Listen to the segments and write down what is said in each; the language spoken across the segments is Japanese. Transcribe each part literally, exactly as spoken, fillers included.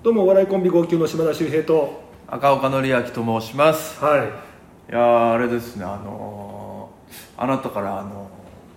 どうもお笑いコンビ号泣の島田秀平と赤岡典明と申します。 はい。 いやーあれですね、あのー、あなたからあの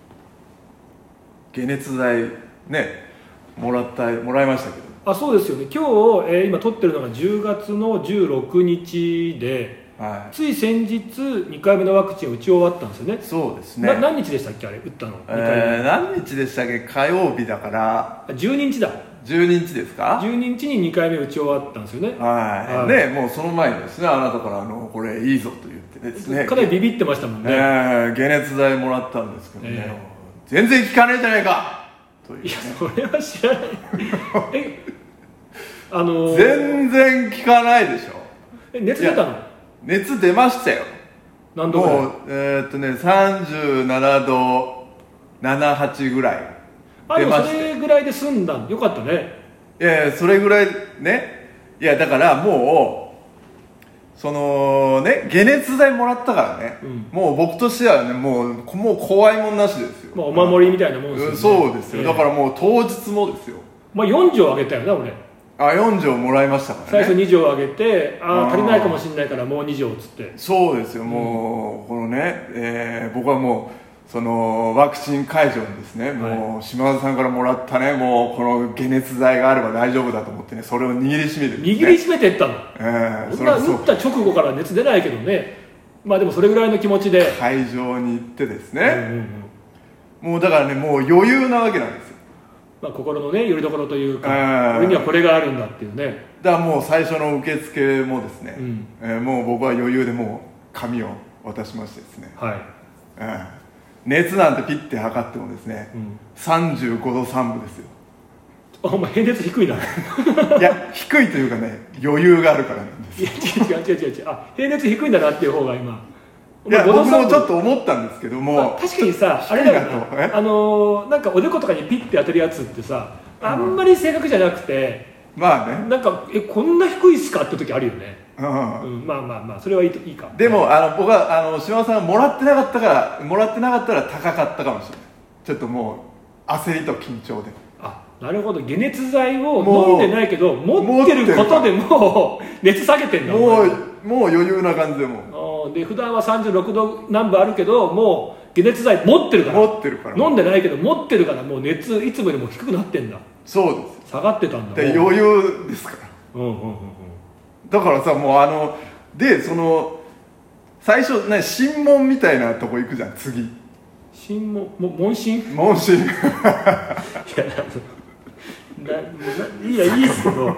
解熱剤ねもらったもらいましたけど、 あ、そうですよね。今日、えー、今撮ってるのがじゅうがつのじゅうろくにちで、はい、つい先日にかいめのワクチンを打ち終わったんですよね。 そうですね。 な何日でしたっけ、あれ打ったの。にかいめ、 えー、何日でしたっけ。火曜日だからじゅうににちだ。 じゅうににちですか。 じゅうににちににかいめ打ち終わったんですよね。 はい、はい、ね、もうその前にですね、あなたからあのこれいいぞと言ってですね、 かなりビビってましたもんね。 えー、解熱剤もらったんですけどね、えー、全然効かねえじゃないかという、ね、 いやそれは知らないえあのー、 全然効かないでしょ。 え熱出たの。 熱出ましたよ。 何度ぐらい。 もうえー、っとねさんじゅうななどななはちぐらい出まして、 あ、でもそれぐらいで済んだんよかったね。 いやいやそれぐらいね。いやだからもうそのね解熱剤もらったからね、うん、もう僕としてはねもうもう怖いもんなしですよ。 まあ、お守りみたいなもんですよね。 そうですよ、えー、だからもう当日もですよ。 まあよんじょうあげたよな俺。 あ、よんじょうもらいましたからね。 最初にじょうあげて、ああ足りないかもしれないからもうにじょうっつって。 そうですよ、もう、うん、このね、えー、僕はもうそのワクチン会場にですね、はい、もう島田さんからもらったね、もうこの解熱剤があれば大丈夫だと思ってね、それを握りしめて、ね、 握りしめてったの。 えー、 そんな打った直後から熱出ないけどね。まあでもそれぐらいの気持ちで会場に行ってですね、うんうんうん、もうだからね、もう余裕なわけなんですよ。 まあ、心のねよりどころというか、俺にはこれがあるんだっていうね。 だからもう最初の受付もですね、うん、えー、もう僕は余裕でもう紙を渡しましてですね、はい、えー、熱なんてピッて測ってもですね、うん、さんじゅうごどさんぶですよ。 あ、お前平熱低いな。 いや低いというかね、余裕があるからなんです。 いや違う違う違う違う、あ、平熱低いんだなっていう方が今。 いや僕もちょっと思ったんですけども、まあ、 確かにさ、あれだよな、あのー、なんかおでことかにピッて当てるやつってさ、あんまり正確じゃなくて、 うん、まあね、 なんかえこんな低いっすかって時あるよね、 うんうん、まあまあまあそれはいい、いいか。 でもあの僕はあの島田さんがもらってなかったからもらってなかったら高かったかもしれない。ちょっともう焦りと緊張で。 あ、なるほど。解熱剤を飲んでないけど持ってることでもう熱下げてんだ。 もうもう余裕な感じでもうで普段はさんじゅうろくど何分あるけどもう解熱剤持ってるから持ってるから飲んでないけど持ってるからもう熱いつもよりも低くなってんだ。 そうです。 下がってたんだ。 で余裕ですから、うんうんうんうん、だからさもうあのでその最初ね審問みたいなとこ行くじゃん。次審問も問診問診いやいやいいっすけど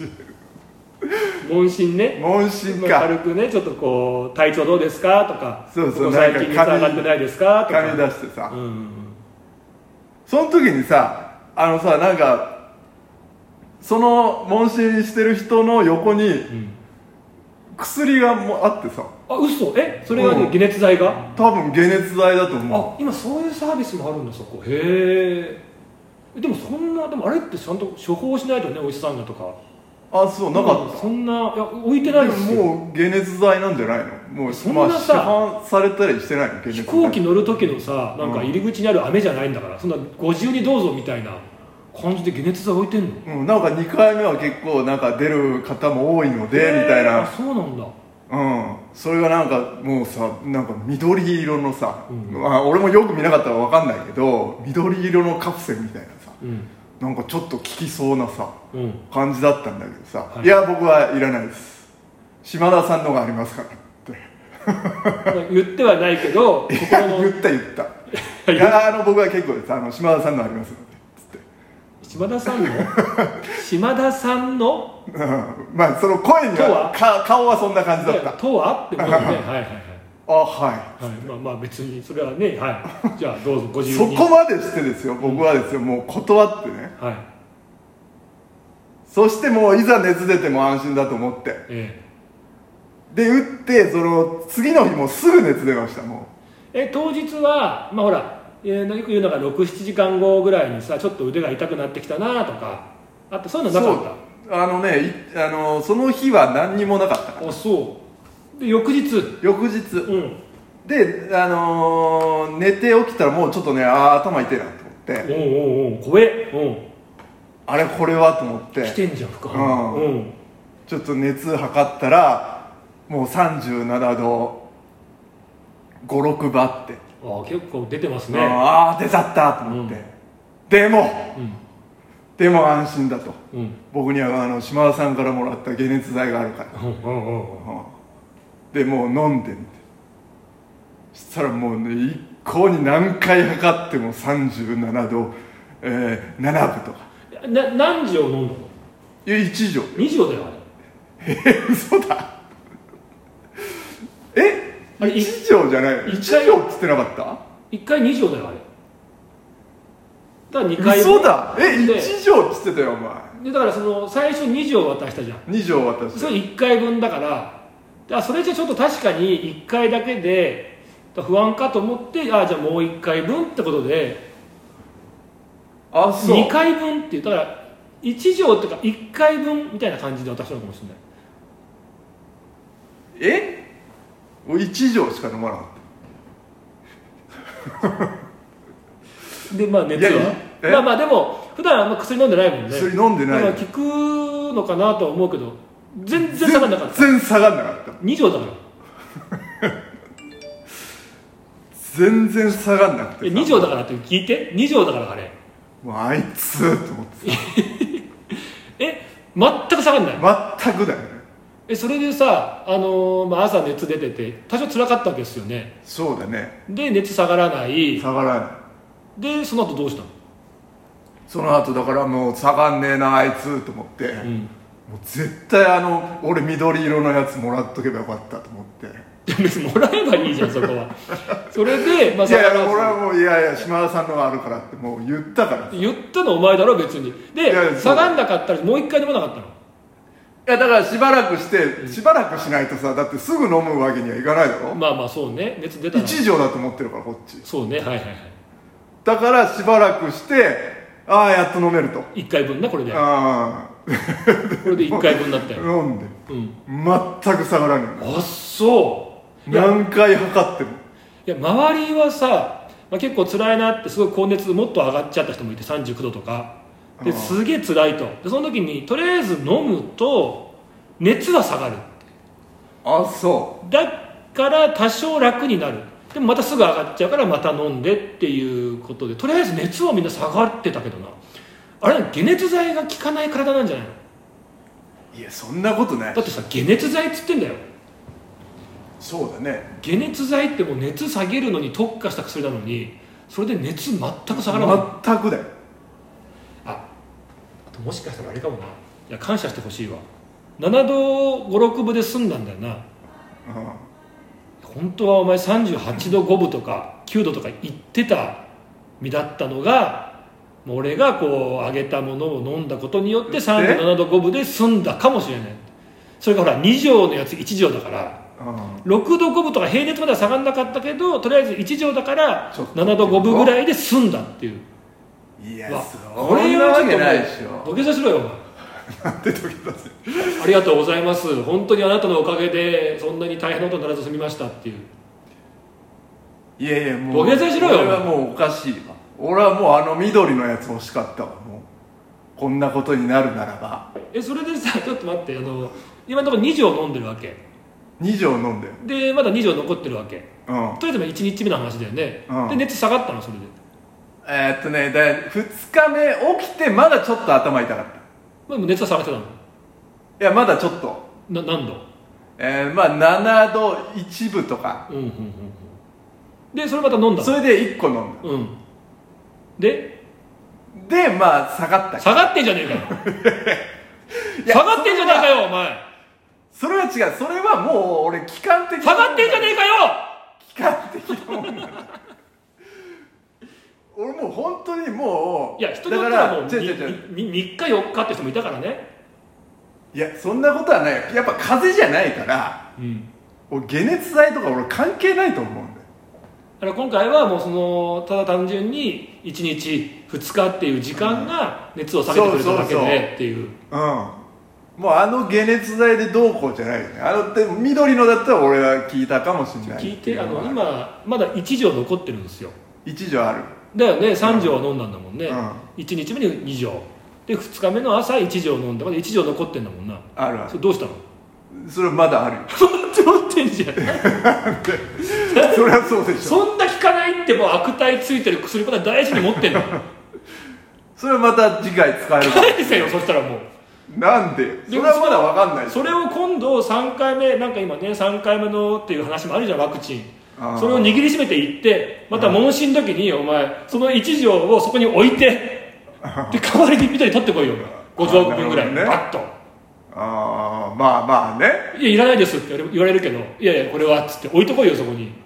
問診ね。 問診か。 軽くねちょっとこう体調どうですかとか、 そうそう、 ここ最近熱上がってないですかとか紙出してさ、うん、その時にさあのさなんかその問診してる人の横に薬がもあってさ、 あ、嘘、えそれはね、うん、解熱剤が多分解熱剤だと思う。 あ、今そういうサービスもあるんだそこ。へえ。でもそんなでもあれってちゃんと処方しないとね、お医者さんがとか。 あ、そうなかった。 そんないや置いてないですよ。 もう解熱剤なんじゃないの。もうそんなさ、 まあ、市販されたりしてないの。解熱剤飛行機乗る時のさなんか入り口にある飴じゃないんだから、そんなご自由にどうぞみたいな感じで解熱剤置いてんの。 うん、なんかにかいめは結構なんか出る方も多いのでみたいな。 あ、そうなんだ。 うん、それがなんかもうさなんか緑色のさ、うん、まあ、俺もよく見なかったら分かんないけど緑色のカプセルみたいなさ、うん、なんかちょっと効きそうなさ、うん、感じだったんだけどさ、はい、いや僕はいらないです、島田さんのがありますからって言ってはないけどいや言った言ったいやあの僕は結構です、あの島田さんのありますのでつって。 島田さんの島田さんの、 うん、まあその声にはか顔はそんな感じだった。 とはってことね。はいはいはい。 あ、はい、 はい、まあまあ別にそれはね、はい、じゃあどうぞご自由に。 そこまでしてですよ僕はですよ、もう断ってね、はい、そしてもういざ熱出ても安心だと思って、ええ、で打ってその次の日もすぐ熱出ました。もうえ当日はまあほら、えー、よく言うのがろく、しちじかんごぐらいにさちょっと腕が痛くなってきたなとかあとそういうのなかった。 あのねあのその日は何にもなかったから。 あ、そうで翌日翌日、うん、で、あのー、寝て起きたらもうちょっとねあ頭痛いなと思って、 おうおうおう怖え、 あれこれはと思って来てんじゃん深うん、うん、ちょっと熱測ったらもうさんじゅうななどごろくばってああ結構出てますね。 ああ出ちゃったと思って、うん、でも、うん、でも安心だと、うん、僕にはあの島田さんからもらった解熱剤があるから、うんうんうんうん、でもう飲んでみて、そしたらもうね一向に何回測ってもさんじゅうななど、えー、ななぶとかな何錠飲んだの？ いやいち錠に錠だよあれ。 え嘘だえあれいち錠じゃないの？いち錠っつってなかった？ いっかいに錠だよあれ。だからにかい嘘だえいち錠っつってたよお前で。だからその最初に錠渡したじゃん。 に錠渡した。 それいっかいぶんだから、だからそれじゃちょっと確かにいっかいだけで不安かと思って、ああじゃあもういっかいぶんってことで、 あそうにかいぶんって言ったらいち錠っていうかいっかいぶんみたいな感じで渡したのかもしれない。えいち錠しか飲まなかったでまあ熱はまあまあでも普段あんま薬飲んでないもんね。 薬飲んでない。 だから効くのかなとは思うけど全然下がんなかった。 全然下がんなかった。 に錠だから全然下がんなくてに錠だからって聞いてに錠だからあれもうあいつと思ってさえ全く下がんない？ 全くだよね。 えそれでさ、あのーまあ、朝熱出てて多少辛かったわけですよね。 そうだね。 で熱下がらない下がらないでその後どうしたの？ その後だからもう下がんねえなあいつと思って、うん、もう絶対あの俺緑色のやつもらっとけばよかったと思って別にもらえばいいじゃんそこはそれで、まあ、 いやいや俺はもういやいや島田さんのがあるからってもう言ったから言ったのお前だろ別にでいやいや下がんなかったらもう一回飲まなかったの？ いやだからしばらくしてしばらくしないとさだってすぐ飲むわけにはいかないだろ。 まあまあそうね熱出たらいち錠だと思ってるからこっち。 そうねはいはいはい。 だからしばらくしてああやっと飲めるといっかいぶんなこれでああこれでいっかいぶんだったよ飲んで、うん、全く下がらない。 あそう何回測ってもいや周りはさ、まあ、結構辛いなってすごい高熱もっと上がっちゃった人もいてさんじゅうきゅうどとかですげえ辛いとでその時にとりあえず飲むと熱は下がる。 あそうだから多少楽になる。でもまたすぐ上がっちゃうからまた飲んでっていうことでとりあえず熱はみんな下がってたけどな。あれ解熱剤が効かない体なんじゃないの？ いやそんなことない。 だってさ解熱剤っつってんだよ。 そうだね。 解熱剤ってもう熱下げるのに特化した薬なのにそれで熱全く下がらない。 全くだよ。 ああともしかしたらあれかもな。いや感謝してほしいわ。ななどごろくぶで済んだんだよな。うん本当はお前さんじゅうはちどごぶとかきゅうどとか言ってた身だったのがもう俺がこう上げたものを飲んだことによってさんじゅうななどごぶで済んだかもしれない。それからほらに錠のやついち錠だからろくどごぶとか平熱までは下がんなかったけどとりあえずいち錠だからななどごぶぐらいで済んだっていう。 いやこれはちょっともう土下座しろよお前なんで土下座する。 ありがとうございます。本当にあなたのおかげでそんなに大変なことにならず済みましたっていう。 いやいやもう土下座しろよ。 俺はもうおかしいわ。俺はもうあの緑のやつ欲しかったわ。もうこんなことになるならば。 えそれでさちょっと待ってあの今のところに錠飲んでるわけ。 に錠飲んでるでまだに錠残ってるわけ、 うん、 とりあえずいちにちめの話だよね、うん、で熱下がったのそれでえー、っとねだふつかめ起きてまだちょっと頭痛かった。 まあ、熱は下がってたの？いやまだちょっとな何度？ えー、まあななどいちぶとか、うんうんうんうん、 でそれまた飲んだの？ それでいっこ飲んだ、 うん、ででまあ下がった下がってんじゃねえかよ下がってんじゃねえかよお前。 それは違う。それはもう俺期間的な下がってんじゃねえかよ期間的なもんだ俺もう本当にもういや人によってはもうみっかよっかって人もいたからね。 いやそんなことはない。やっぱ風邪じゃないから、うん、俺解熱剤とか俺関係ないと思うんだよ。 だから今回はもうそのただ単純にいちにちふつかっていう時間が熱を下げてくれただけでっていう。 うんもうあの解熱剤でどうこうじゃないよね。あのって緑のだったら俺は聞いたかもしれない。 聞いてあの今まだいち錠残ってるんですよ。 いち錠あるだよね。さん錠は飲んだんだもんね、うん、いちにちめにに錠でふつかめの朝いち錠飲んだからいち錠残ってんだもんな。 あるある。 それどうしたの？ それまだあるよ。 持ってんじゃん。 そりゃそうでしょ。 そんな効かないってもう悪態ついてる薬まだ大事に持ってんの。 それまた次回使えるか返せよそしたらもう。なんでそれはまだ分かんない。 それを今度さんかいめなんか今ねさんかいめのっていう話もあるじゃんワクチン。それを握りしめていってまた問診の時にお前そのいち錠をそこに置いてで代わりに緑取ってこいよごじょうぶんぐらい、ね、バッと。 ああまあまあね。 いやいらないですって言われるけどいやいやこれはっつって置いとこいよそこに。 い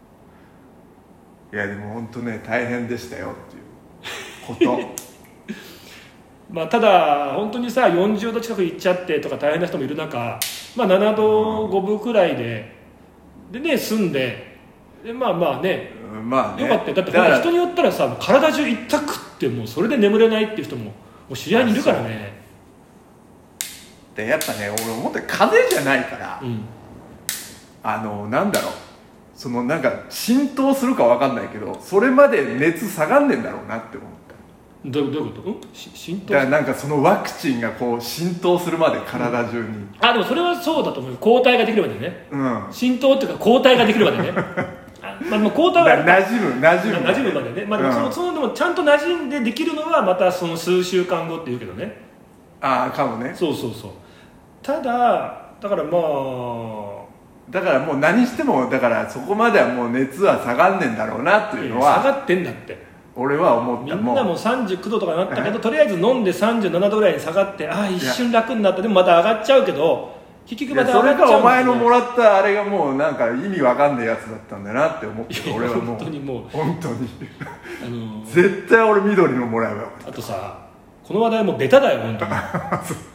やでも本当ね大変でしたよっていうことまあただ本当にさよんじゅうど近く行っちゃってとか大変な人もいる中、まあ、ななどごぶくらいででね住んででまあまあね、 まあね、 よかったよ。だってだ人によったらさ体中痛くってもうそれで眠れないっていう人ももう知り合いにいるからね。 でやっぱね俺思って風邪じゃないから、うん、あのなんだろうそのなんか浸透するか分かんないけどそれまで熱下がんねんだろうなって思った。 どういうこと？うん、浸透だからなんかそのワクチンがこう浸透するまで体中に、うん、 あでもそれはそうだと思う。抗体ができるまでね、うん、浸透っていうか抗体ができるまでねまあ、まあ抗体はなじむなじむなじむまでね、まあ、でもその、うん、そのでもちゃんとなじんでできるのはまたその数週間後っていうけどね。 ああかもね。 そうそうそう。ただだからまあだからもう何してもだからそこまではもう熱は下がんねんだろうなっていうのは下がってんだって俺は思った。 みんなもうさんじゅうきゅうどとかになったけどとりあえず飲んでさんじゅうななどぐらいに下がってああ一瞬楽になったでもまた上がっちゃうけど結局また上がっちゃう、ね、 それかお前のもらったあれがもうなんか意味わかんないやつだったんだなって思って俺はもう本当にもう本当にあのー、 絶対俺緑のもらえばよかった。 あとさこの話題もベタだよ本当に